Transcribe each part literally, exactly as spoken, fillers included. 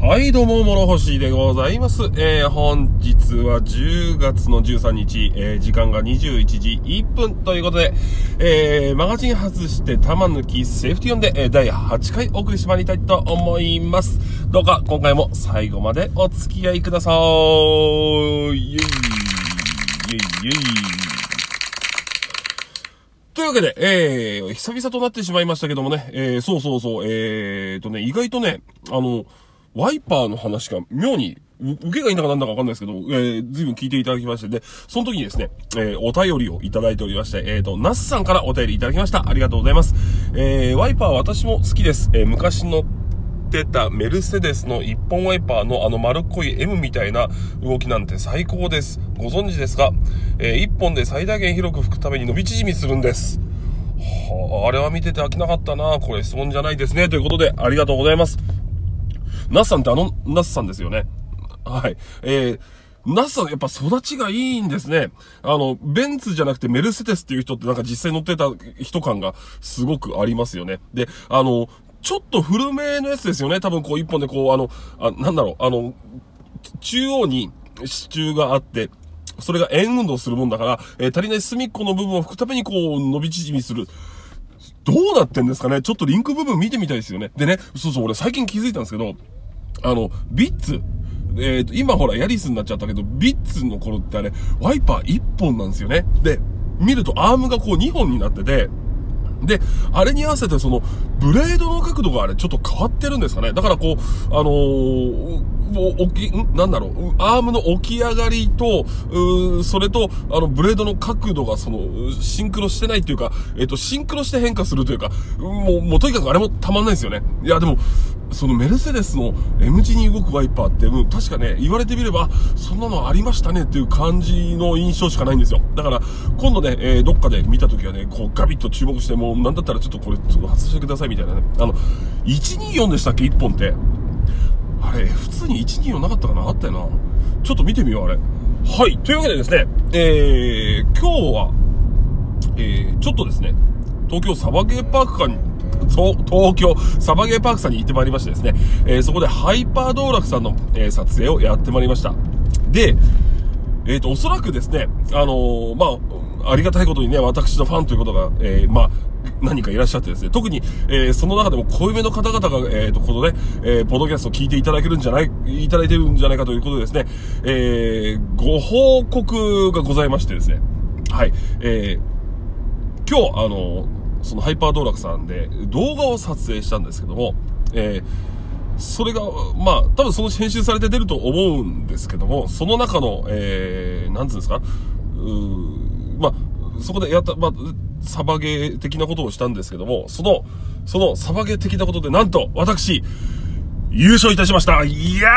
はい、どうも、諸星でございます。えー、本日はじゅうがつのじゅうさんにち、えー、時間がにじゅういちじいっぷんということで、えー、マガジン外して玉抜きセーフティーオンで、えー、だいはちかいお送りしてまいりたいと思います。どうか今回も最後までお付き合いください。イェイ、イェイ、イェイ、イェイ。というわけで、えー、久々となってしまいましたけどもね、えー、そうそうそう、えーとね、意外とね、あの、ワイパーの話が妙に、受けがいいんだかなんだかわかんないですけど、えー、随分聞いていただきまして、で、その時にですね、えー、お便りをいただいておりまして、えーと、ナスさんからお便りいただきました。ありがとうございます。えー、ワイパー私も好きです。えー、昔乗ってたメルセデスの一本ワイパーのあの丸っこい M みたいな動きなんて最高です。ご存知ですか？えー、一本で最大限広く吹くために伸び縮みするんです。はあ、あれは見てて飽きなかったな。これ質問じゃないですね。ということで、ありがとうございます。ナスさんってあのナスさんですよね。はい。えー、ナスさんやっぱ育ちがいいんですね。あの、ベンツじゃなくてメルセデスっていう人ってなんか実際乗ってた人感がすごくありますよね。で、あの、ちょっと古めのやつですよね。多分こう一本でこう、あの、あ、なんだろう、あの、中央に支柱があって、それが円運動するもんだから、えー、足りない隅っこの部分を拭くためにこう伸び縮みする。どうなってんですかね？ちょっとリンク部分見てみたいですよね。でね、そうそう、俺最近気づいたんですけど、あの、ビッツ、えっと、今ほらヤリスになっちゃったけど、ビッツの頃ってあれ、ワイパーいっぽんなんですよね。で、見るとアームがこうにほんになってて、で、あれに合わせてその、ブレードの角度があれちょっと変わってるんですかね。だからこう、あのー、もう、起き、んなんだろう、アームの起き上がりと、うーそれと、あの、ブレードの角度がその、シンクロしてないっていうか、えっと、シンクロして変化するというか、もう、もうとにかくあれもたまんないですよね。いや、でも、そのメルセデスの M 字に動くワイパーって、うん、確かね、言われてみれば、そんなのありましたねっていう感じの印象しかないんですよ。だから、今度ね、えー、どっかで見たときはね、こうガビッと注目して、もうなんだったらちょっとこれ、ちょっと外してくださいみたいなね。あの、いちにーよんでしたっけ？ いっ 本って。あれ、普通にいちにーよんなかったかな？あったよな。ちょっと見てみよう、あれ。はい。というわけでですね、えー、今日は、えー、ちょっとですね、東京サバゲーパーク館に、そう、東京サバゲーパークさんに行ってまいりましてですね、えー、そこでハイパー道楽さんの、えー、撮影をやってまいりました。で、えっと、おそらくですね、あのー、まあ、ありがたいことにね、私のファンということが、えー、まあ、何かいらっしゃってですね、特に、えー、その中でも濃いめの方々が、えっと、このね、えー、ポッドキャストを聞いていただけるんじゃない、いただいてるんじゃないかということでですね、えー、ご報告がございましてですね、はい、えー、今日、あのー、そのハイパー道楽さんで動画を撮影したんですけども、えー、それが、まあ、多分その編集されて出ると思うんですけども、その中の、えー、なんつうんですか、うー、まあ、そこでやった、まあ、サバゲー的なことをしたんですけども、その、そのサバゲー的なことで、なんと、私、優勝いたしました。やった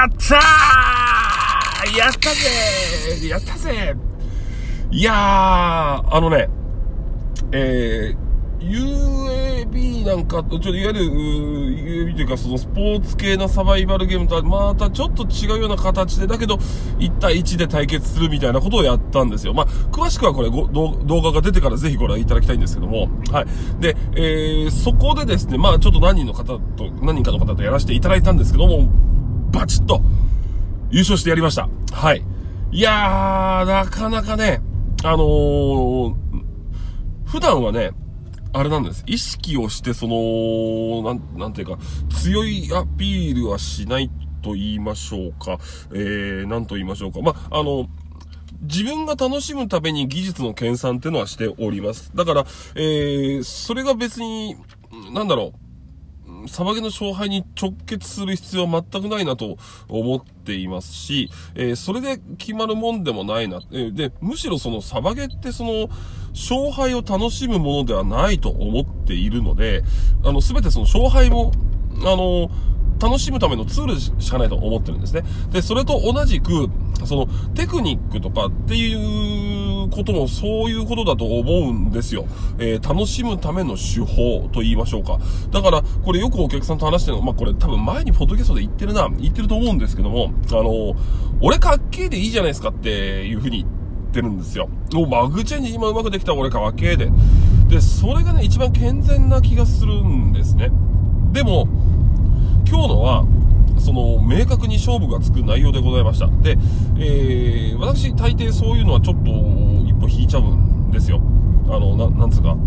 ーやったぜやったぜいやー、あのね、えー、ユーエービー なんかと、ちょっといわゆる ユーエービー というかそのスポーツ系のサバイバルゲームとはまたちょっと違うような形で、だけどいち対いちで対決するみたいなことをやったんですよ。まあ、詳しくはこれご動画が出てからぜひご覧いただきたいんですけども、はい。で、えー、そこでですね、まあちょっと何人の方と、何人かの方とやらせていただいたんですけども、バチッと優勝してやりました。はい。いやー、なかなかね、あのー、普段はね、あれなんです。意識をして、その、なん、なんていうか、強いアピールはしないと言いましょうか。えー、なんと言いましょうか。まあ、あの、自分が楽しむために技術の研鑽っていうのはしております。だから、えー、それが別に、なんだろう。サバゲの勝敗に直結する必要は全くないなと思っていますし、えー、それで決まるもんでもないな。えー、で、むしろそのサバゲってその、勝敗を楽しむものではないと思っているので、あの、すべてその勝敗も、あの、楽しむためのツールしかないと思ってるんですね。で、それと同じく、その、テクニックとかっていうこともそういうことだと思うんですよ。えー、楽しむための手法と言いましょうか。だから、これよくお客さんと話してるの、まあ、これ多分前にポッドキャストで言ってるな、言ってると思うんですけども、あの、俺かっけーでいいじゃないですかっていうふうに言ってるんですよ。もうマグチェンジ今うまくできた俺かっけーで。で、それがね、一番健全な気がするんですね。でも、今日のは、その明明確に勝負がつく内容でございました。で、えー、私大抵そういうのはちょっと一歩引いちゃうんですよ。あの、な、なんつうか、うん、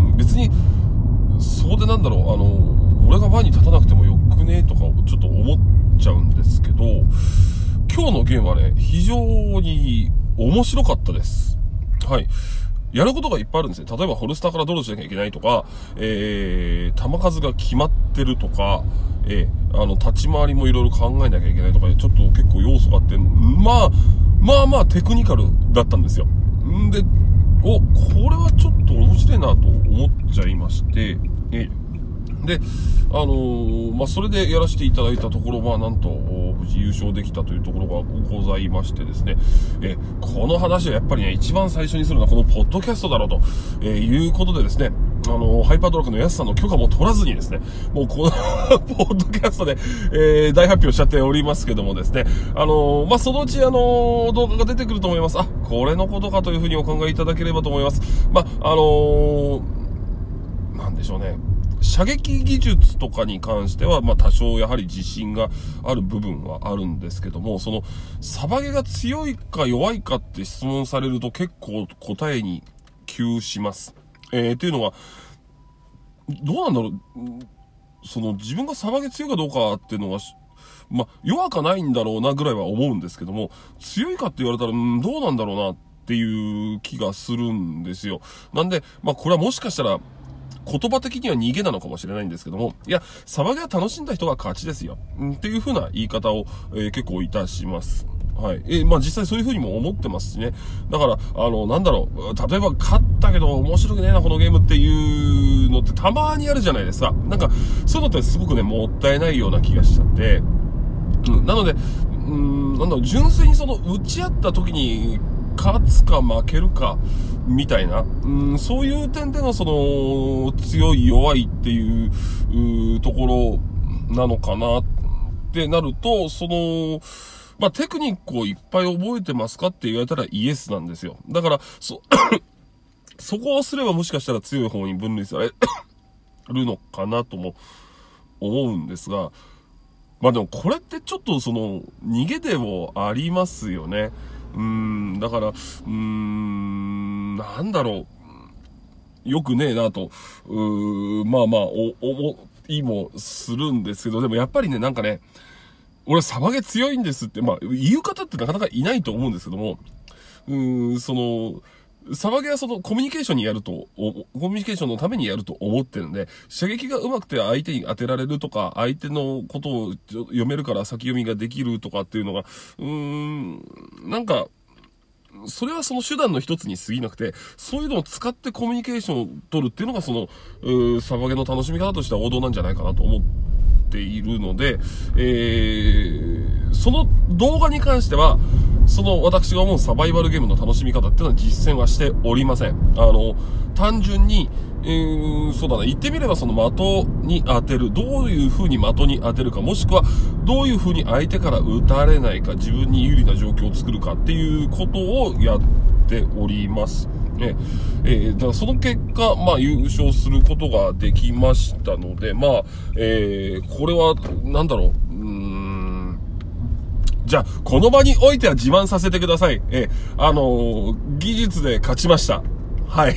別に、そうでなんだろう、あの、俺が前に立たなくてもよくねとかちょっと思っちゃうんですけど、今日のゲームはね、非常に面白かったです。はい。やることがいっぱいあるんですね。例えばホルスターからドローしなきゃいけないとか、えー、弾数が決まってるとか、えー、あの、立ち回りもいろいろ考えなきゃいけないとか、ちょっと結構要素があって、まあ、まあまあテクニカルだったんですよ。んで、お、これはちょっと面白いなと思っちゃいまして、えーで、あのー、まあ、それでやらせていただいたところ、まあ、なんと、無事優勝できたというところがございましてですね、え、この話はやっぱりね、一番最初にするのはこのポッドキャストだろうと、えー、いうことでですね、あのー、ハイパードラッグのやすさんの許可も取らずにですね、もうこのポッドキャストで、えー、大発表しちゃっておりますけどもですね、あのー、まあ、そのうちあのー、動画が出てくると思います。あ、これのことかというふうにお考えいただければと思います。まあ、あのー、なんでしょうね。射撃技術とかに関しては、まあ多少やはり自信がある部分はあるんですけども、その、サバゲが強いか弱いかって質問されると結構答えに窮します。えー、っていうのは、どうなんだろう、その自分がサバゲ強いかどうかっていうのは、まあ弱かないんだろうなぐらいは思うんですけども、強いかって言われたら、うん、どうなんだろうなっていう気がするんですよ。なんで、まあこれはもしかしたら、言葉的には逃げなのかもしれないんですけども、いや、サバゲは楽しんだ人が勝ちですよ。んっていう風な言い方を、えー、結構いたします。はい。えー、まあ実際そういう風にも思ってますしね。だから、あの、なんだろう、例えば勝ったけど面白くねえな、このゲームっていうのってたまにあるじゃないですか。なんか、そういうのってすごくね、もったいないような気がしちゃって。うん、なので、うーん、なんだろう、純粋にその、打ち合った時に、勝つか負けるか、みたいな、うん、そういう点でのその、強い弱いっていう、うところなのかなってなると、その、まあ、テクニックをいっぱい覚えてますかって言われたらイエスなんですよ。だから、そ、そこをすればもしかしたら強い方に分類されるのかなとも思うんですが、まあでもこれってちょっとその、逃げでもありますよね。うーん、だから、うーん、なんだろう。よくねえなと、うーまあまあ、お、思いもするんですけど、でもやっぱりね、なんかね、俺サバゲ強いんですって、まあ、言う方ってなかなかいないと思うんですけども、うーん、その、サバゲはそのコミュニケーションにやると、コミュニケーションのためにやると思ってるんで、射撃が上手くて相手に当てられるとか、相手のことを読めるから先読みができるとかっていうのが、うーん、なんか、それはその手段の一つに過ぎなくて、そういうのを使ってコミュニケーションを取るっていうのがその、うサバゲの楽しみ方としては王道なんじゃないかなと思っているので、えー、その動画に関しては、その私が思うサバイバルゲームの楽しみ方っていうのは実践はしておりません。あの、単純に、えー、そうだな、言ってみればその的に当てる。どういう風に的に当てるか、もしくはどういう風に相手から撃たれないか、自分に有利な状況を作るかっていうことをやっております。ね、えー、だからその結果、まあ優勝することができましたので、まあ、えー、これは、なんだろう、うーん、じゃあ、この場においては自慢させてください。えー、あのー、技術で勝ちました。はい。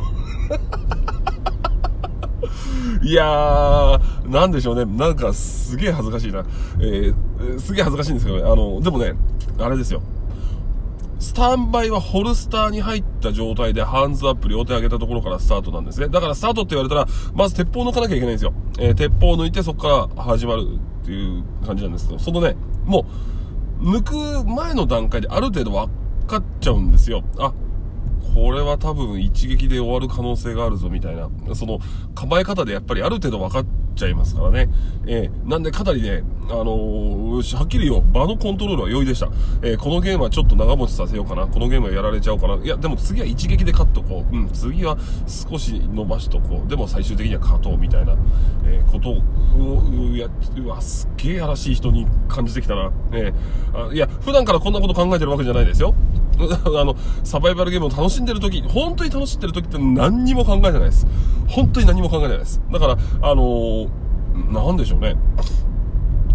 いやー、なんでしょうね。なんか、すげえ恥ずかしいな。えー、すげえ恥ずかしいんですけどね。あの、でもね、あれですよ。スタンバイはホルスターに入った状態でハンズアップ両手上げたところからスタートなんですね。だからスタートって言われたら、まず鉄砲を抜かなきゃいけないんですよ。えー、鉄砲を抜いてそこから始まるっていう感じなんですけど、そのね、もう、抜く前の段階である程度分かっちゃうんですよ。あ、これは多分一撃で終わる可能性があるぞみたいな、その構え方でやっぱりある程度分かっちゃいますからね。えー、なんでかなりね、あのー、はっきり言おう、場のコントロールは容易でした。えー、このゲームはちょっと長持ちさせようかな。このゲームはやられちゃおうかな。いや、でも次は一撃で勝っとこう。うん、次は少し伸ばしとこう。でも最終的には勝とうみたいな、えー、ことを、うや、うわ、すっげえやらしい人に感じてきたな。えー、あいや、普段からこんなこと考えてるわけじゃないですよ。あの、サバイバルゲームを楽しんでる時、本当に楽しんでる時って何にも考えてないです。本当に何も考えてないです。だから、あのー、なんでしょうね。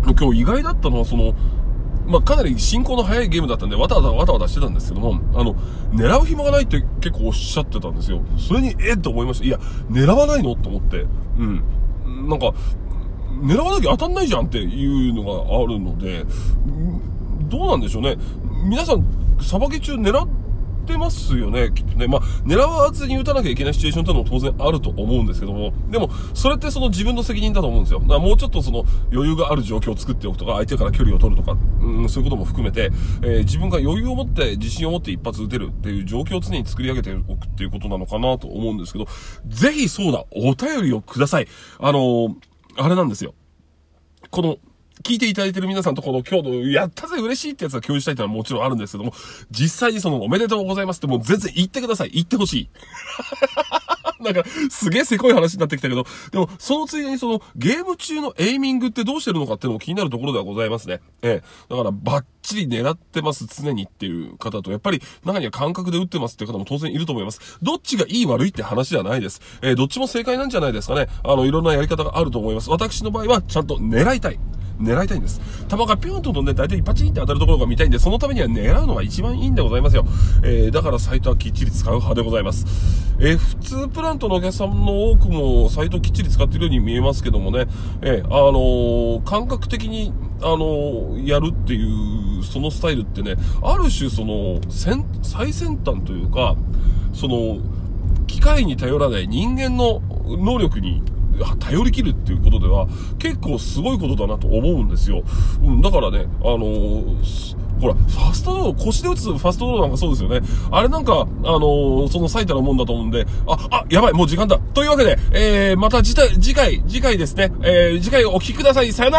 今日意外だったのは、その、まあ、かなり進行の早いゲームだったんで、わたわたわたわたしてたんですけども、あの、狙う暇がないって結構おっしゃってたんですよ。それに、えっと思いました。いや、狙わないのと思って。うん。なんか、狙わなきゃ当たんないじゃんっていうのがあるので、どうなんでしょうね。皆さん、さばき中狙ってますよね、きっとね。まあ、狙わずに打たなきゃいけないシチュエーションってのも当然あると思うんですけども、でも、それってその自分の責任だと思うんですよ。だからもうちょっとその余裕がある状況を作っておくとか、相手から距離を取るとか、うん、そういうことも含めて、えー、自分が余裕を持って、自信を持って一発打てるっていう状況を常に作り上げておくっていうことなのかなと思うんですけど、ぜひそうだ、お便りをください。あのー、あれなんですよ。この、聞いていただいている皆さんとこの今日のやったぜ嬉しいってやつが共有したいってのはもちろんあるんですけども、実際にそのおめでとうございますってもう全然言ってください。言ってほしい。なんか、すげえせこい話になってきたけど、でも、そのついでにその、ゲーム中のエイミングってどうしてるのかっていうのも気になるところではございますね。ええ。だから、バッチリ狙ってます、常にっていう方と、やっぱり、中には感覚で打ってますっていう方も当然いると思います。どっちがいい悪いって話ではないです。えー、どっちも正解なんじゃないですかね。あの、いろんなやり方があると思います。私の場合は、ちゃんと狙いたい。狙いたいんです。弾がピューンと飛んで大体パチンって当たるところが見たいんで、そのためには狙うのが一番いいんでございますよ。えー、だからサイトはきっちり使う派でございます。えー、普通プラントのお客さんの多くもサイトきっちり使っているように見えますけどもね、えー、あのー、感覚的に、あのー、やるっていう、そのスタイルってね、ある種その、先、最先端というか、その、機械に頼らない人間の能力に、頼り切るっていうことでは結構すごいことだなと思うんですよ。うん、だからね、あのー、ほら、ファストドロー、腰で打つファストドローなんかそうですよね。あれなんか、あのー、その最たるもんだと思うんで、あ、あ、やばい、もう時間だ。というわけで、えー、また次回、次回、次回ですね、えー、次回お聞きください。さよなら。